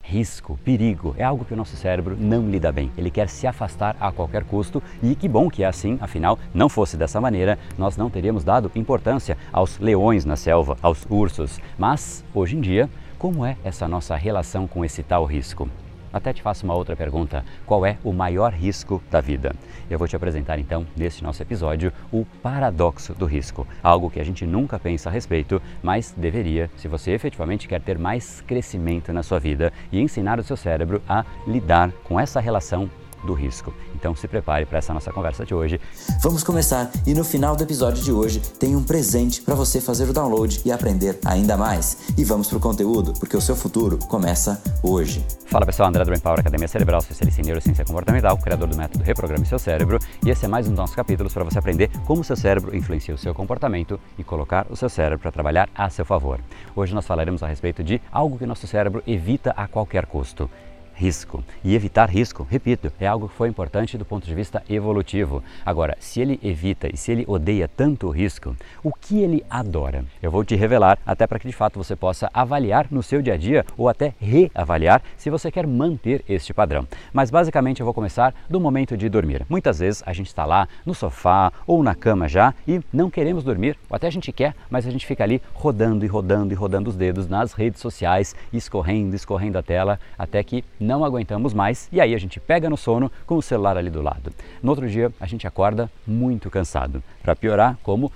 Risco, perigo, é algo que o nosso cérebro não lida bem. Ele quer se afastar a qualquer custo e que bom que é assim, afinal, não fosse dessa maneira, nós não teríamos dado importância aos leões na selva, aos ursos. Mas, hoje em dia, como é essa nossa relação com esse tal risco? Até te faço uma outra pergunta: qual é o maior risco da vida? Eu vou te apresentar então, nesse nosso episódio, o paradoxo do risco. Algo que a gente nunca pensa a respeito, mas deveria, se você efetivamente quer ter mais crescimento na sua vida e ensinar o seu cérebro a lidar com essa relação do risco. Então se prepare para essa nossa conversa de hoje. Vamos começar e no final do episódio de hoje tem um presente para você fazer o download e aprender ainda mais. E vamos pro conteúdo, porque o seu futuro começa hoje. Fala pessoal, André do Brain Power, Academia Cerebral, especialista em neurociência comportamental, criador do método Reprograme Seu Cérebro, e esse é mais um dos nossos capítulos para você aprender como o seu cérebro influencia o seu comportamento e colocar o seu cérebro para trabalhar a seu favor. Hoje nós falaremos a respeito de algo que o nosso cérebro evita a qualquer custo: risco. E evitar risco, repito, é algo que foi importante do ponto de vista evolutivo. Agora, se ele evita e se ele odeia tanto o risco, o que ele adora? Eu vou te revelar, até para que de fato você possa avaliar no seu dia a dia ou até reavaliar se você quer manter este padrão. Mas basicamente eu vou começar do momento de dormir. Muitas vezes a gente está lá no sofá ou na cama já e não queremos dormir, ou até a gente quer, mas a gente fica ali rodando e rodando e rodando os dedos nas redes sociais, escorrendo a tela, até que não aguentamos mais e aí a gente pega no sono com o celular ali do lado. No outro dia a gente acorda muito cansado. Para piorar, como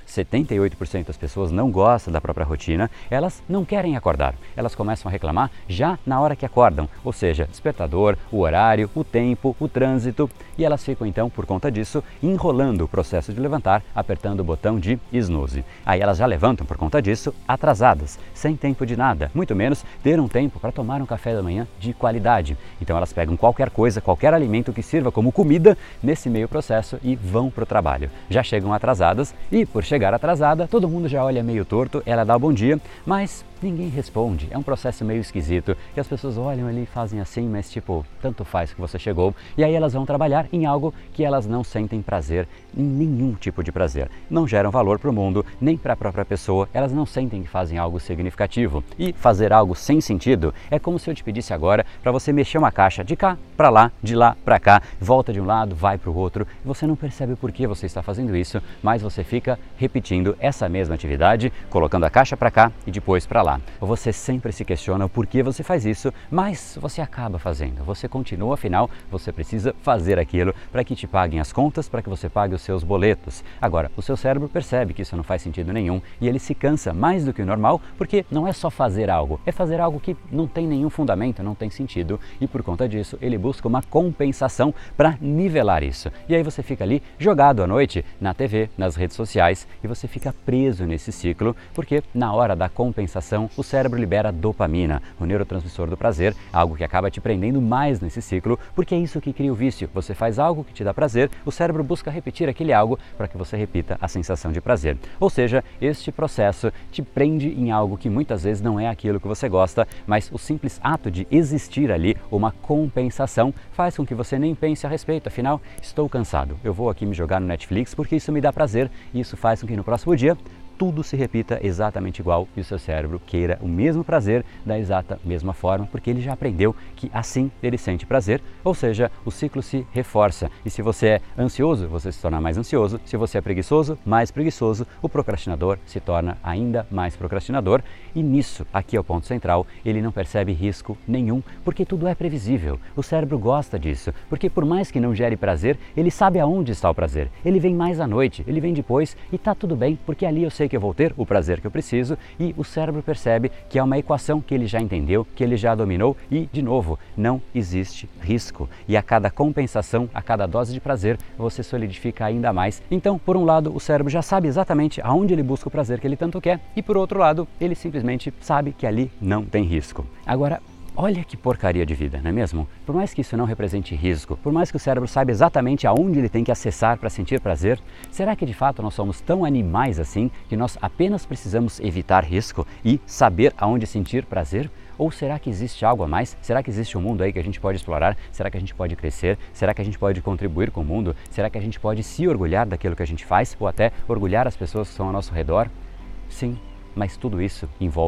78% das pessoas não gostam da própria rotina, elas não querem acordar. Elas começam a reclamar já na hora que acordam, ou seja, despertador, o horário, o tempo, o trânsito, e elas ficam então, por conta disso, enrolando o processo de levantar, apertando o botão de snooze. Aí elas já levantam por conta disso atrasadas, sem tempo de nada, muito menos ter um tempo para tomar um café da manhã de qualidade. Então elas pegam qualquer coisa, qualquer alimento que sirva como comida nesse meio processo e vão para o trabalho. Já chegam atrasadas e, por chegar atrasada, todo mundo já olha meio torto, ela dá o bom dia, mas ninguém responde. É um processo meio esquisito e as pessoas olham ali e fazem assim, mas tipo, tanto faz que você chegou. E aí elas vão trabalhar em algo que elas não sentem prazer, em nenhum tipo de prazer. Não geram valor para o mundo, nem para a própria pessoa, elas não sentem que fazem algo significativo. E fazer algo sem sentido é como se eu te pedisse agora para você mexer uma caixa de cá para lá, de lá para cá, volta de um lado, vai para o outro. Você não percebe por que você está fazendo isso, mas você fica repetindo essa mesma atividade, colocando a caixa para cá e depois para lá. Você sempre se questiona o porquê você faz isso, mas você acaba fazendo. Você continua, afinal, você precisa fazer aquilo para que te paguem as contas, para que você pague os seus boletos. Agora, o seu cérebro percebe que isso não faz sentido nenhum e ele se cansa mais do que o normal, porque não é só fazer algo, é fazer algo que não tem nenhum fundamento, não tem sentido, e por conta disso ele busca uma compensação para nivelar isso. E aí você fica ali jogado à noite na TV, nas redes sociais, e você fica preso nesse ciclo, porque na hora da compensação o cérebro libera dopamina, o neurotransmissor do prazer, algo que acaba te prendendo mais nesse ciclo, porque é isso que cria o vício. Você faz algo que te dá prazer, o cérebro busca repetir aquele algo para que você repita a sensação de prazer. Ou seja, este processo te prende em algo que muitas vezes não é aquilo que você gosta, mas o simples ato de existir ali, uma compensação, faz com que você nem pense a respeito. Afinal, estou cansado, eu vou aqui me jogar no Netflix porque isso me dá prazer, e isso faz com que no próximo dia tudo se repita exatamente igual e o seu cérebro queira o mesmo prazer da exata mesma forma, porque ele já aprendeu que assim ele sente prazer, ou seja, o ciclo se reforça. E se você é ansioso, você se torna mais ansioso. Se você é preguiçoso, mais preguiçoso. O procrastinador se torna ainda mais procrastinador. E nisso, aqui é o ponto central, ele não percebe risco nenhum, porque tudo é previsível. O cérebro gosta disso, porque por mais que não gere prazer, ele sabe aonde está o prazer. Ele vem mais à noite, ele vem depois e tá tudo bem, porque ali eu sei que eu vou ter o prazer que eu preciso, e o cérebro percebe que é uma equação que ele já entendeu, que ele já dominou, e de novo, não existe risco. E a cada compensação, a cada dose de prazer, você solidifica ainda mais. Então, por um lado, o cérebro já sabe exatamente aonde ele busca o prazer que ele tanto quer, e por outro lado, ele simplesmente sabe que ali não tem risco. Agora, olha que porcaria de vida, não é mesmo? Por mais que isso não represente risco, por mais que o cérebro saiba exatamente aonde ele tem que acessar para sentir prazer, será que de fato nós somos tão animais assim que nós apenas precisamos evitar risco e saber aonde sentir prazer? Ou será que existe algo a mais? Será que existe um mundo aí que a gente pode explorar? Será que a gente pode crescer? Será que a gente pode contribuir com o mundo? Será que a gente pode se orgulhar daquilo que a gente faz ou até orgulhar as pessoas que estão ao nosso redor? Sim, mas tudo isso envolve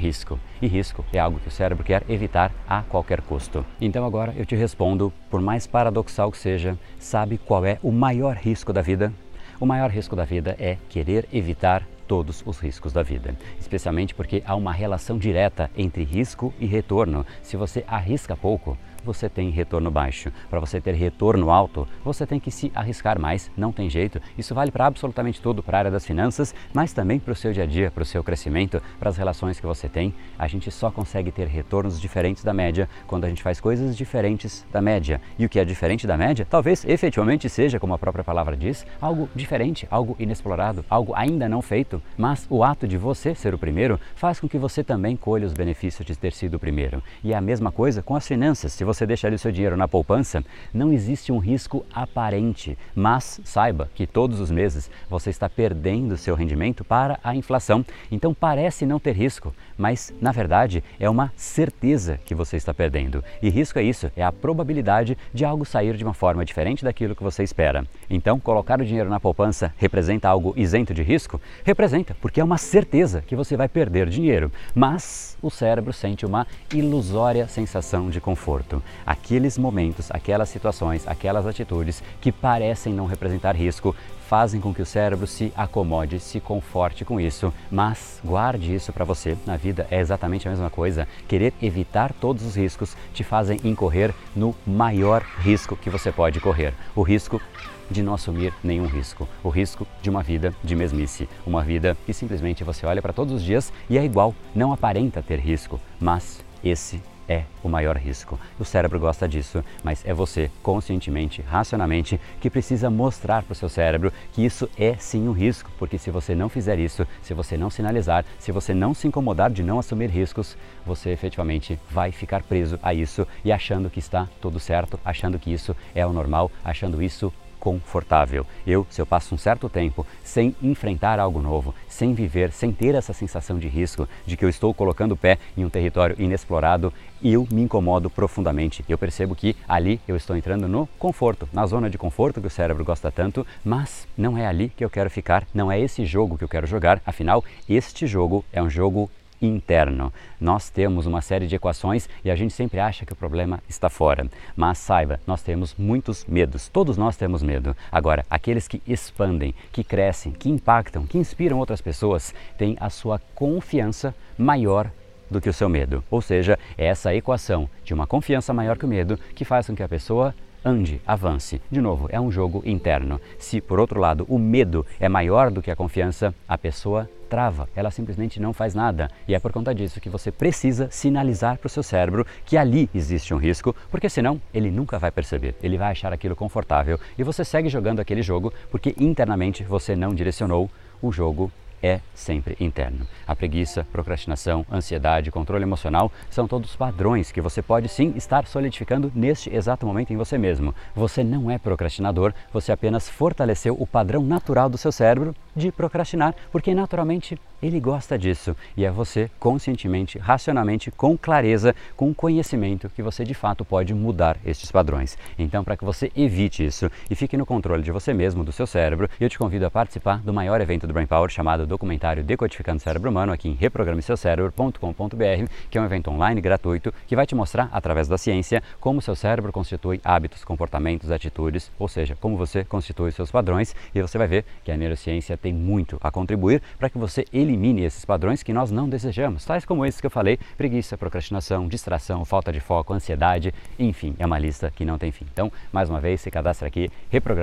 risco. E risco é algo que o cérebro quer evitar a qualquer custo. Então agora eu te respondo, por mais paradoxal que seja, sabe qual é o maior risco da vida? O maior risco da vida é querer evitar todos os riscos da vida, especialmente porque há uma relação direta entre risco e retorno. Se você arrisca pouco, você tem retorno baixo. Para você ter retorno alto, você tem que se arriscar mais, não tem jeito. Isso vale para absolutamente tudo, para a área das finanças, mas também para o seu dia a dia, para o seu crescimento, para as relações que você tem. A gente só consegue ter retornos diferentes da média quando a gente faz coisas diferentes da média. E o que é diferente da média, talvez efetivamente seja, como a própria palavra diz, algo diferente, algo inexplorado, algo ainda não feito. Mas o ato de você ser o primeiro faz com que você também colha os benefícios de ter sido o primeiro. E é a mesma coisa com as finanças. Se você deixar o seu dinheiro na poupança, não existe um risco aparente, mas saiba que todos os meses você está perdendo seu rendimento para a inflação. Então parece não ter risco, mas na verdade é uma certeza que você está perdendo. E risco é isso, é a probabilidade de algo sair de uma forma diferente daquilo que você espera. Então colocar o dinheiro na poupança representa algo isento de risco? Representa, porque é uma certeza que você vai perder dinheiro, mas o cérebro sente uma ilusória sensação de conforto. Aqueles momentos, aquelas situações, aquelas atitudes que parecem não representar risco fazem com que o cérebro se acomode, se conforte com isso, mas guarde isso para você. Na vida é exatamente a mesma coisa. Querer evitar todos os riscos te fazem incorrer no maior risco que você pode correr, o risco de não assumir nenhum risco, o risco de uma vida de mesmice, uma vida que simplesmente você olha para todos os dias e é igual, não aparenta ter risco, mas esse é o maior risco. O cérebro gosta disso, mas é você, conscientemente, racionalmente, que precisa mostrar para o seu cérebro que isso é sim um risco, porque se você não fizer isso, se você não sinalizar, se você não se incomodar de não assumir riscos, você efetivamente vai ficar preso a isso e achando que está tudo certo, achando que isso é o normal, achando isso confortável. Se eu passo um certo tempo sem enfrentar algo novo, sem viver, sem ter essa sensação de risco, de que eu estou colocando o pé em um território inexplorado, eu me incomodo profundamente. Eu percebo que ali eu estou entrando no conforto, na zona de conforto que o cérebro gosta tanto, mas não é ali que eu quero ficar, não é esse jogo que eu quero jogar, afinal, este jogo é um jogo interno. Nós temos uma série de equações e a gente sempre acha que o problema está fora. Mas saiba, nós temos muitos medos. Todos nós temos medo. Agora, aqueles que expandem, que crescem, que impactam, que inspiram outras pessoas, têm a sua confiança maior do que o seu medo. Ou seja, é essa equação de uma confiança maior que o medo que faz com que a pessoa ande, avance. De novo, é um jogo interno. Se, por outro lado, o medo é maior do que a confiança, a pessoa trava, ela simplesmente não faz nada. E é por conta disso que você precisa sinalizar para o seu cérebro que ali existe um risco, porque senão ele nunca vai perceber, ele vai achar aquilo confortável e você segue jogando aquele jogo porque internamente você não direcionou o jogo. É sempre interno. A preguiça, procrastinação, ansiedade, controle emocional são todos padrões que você pode sim estar solidificando neste exato momento em você mesmo. Você não é procrastinador, você apenas fortaleceu o padrão natural do seu cérebro de procrastinar, porque naturalmente ele gosta disso. E é você, conscientemente, racionalmente, com clareza, com conhecimento, que você de fato pode mudar estes padrões. Então, para que você evite isso e fique no controle de você mesmo, do seu cérebro, eu te convido a participar do maior evento do Brain Power, chamado Documentário Decodificando o Cérebro Humano, aqui em reprogrameseucerebro.com.br, que é um evento online gratuito que vai te mostrar, através da ciência, como o seu cérebro constitui hábitos, comportamentos, atitudes, ou seja, como você constitui os seus padrões, e você vai ver que a neurociência tem muito a contribuir para que você elimine esses padrões que nós não desejamos, tais como esses que eu falei: preguiça, procrastinação, distração, falta de foco, ansiedade, enfim, é uma lista que não tem fim. Então, mais uma vez, se cadastra aqui,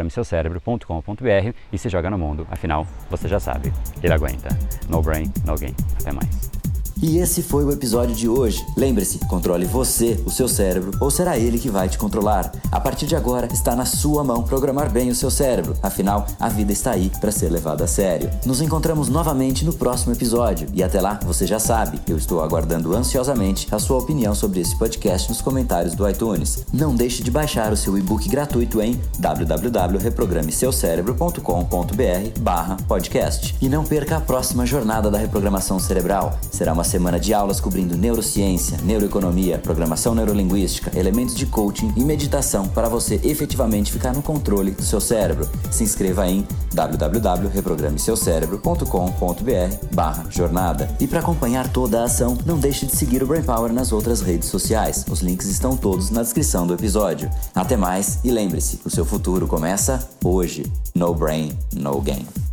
reprogrameseucerebro.com.br e se joga no mundo, afinal, você já sabe, ele aguenta. No brain, no game. Até mais. E esse foi o episódio de hoje. Lembre-se, controle você, o seu cérebro, ou será ele que vai te controlar? A partir de agora, está na sua mão programar bem o seu cérebro. Afinal, a vida está aí para ser levada a sério. Nos encontramos novamente no próximo episódio. E até lá, você já sabe, eu estou aguardando ansiosamente a sua opinião sobre esse podcast nos comentários do iTunes. Não deixe de baixar o seu e-book gratuito em www.reprogrameseucerebro.com.br/podcast. E não perca a próxima jornada da reprogramação cerebral. Será uma semana de aulas cobrindo neurociência, neuroeconomia, programação neurolinguística, elementos de coaching e meditação para você efetivamente ficar no controle do seu cérebro. Se inscreva em www.reprogrameseucerebro.com.br/jornada. E para acompanhar toda a ação, não deixe de seguir o Brain Power nas outras redes sociais. Os links estão todos na descrição do episódio. Até mais e lembre-se, o seu futuro começa hoje. No brain, no game.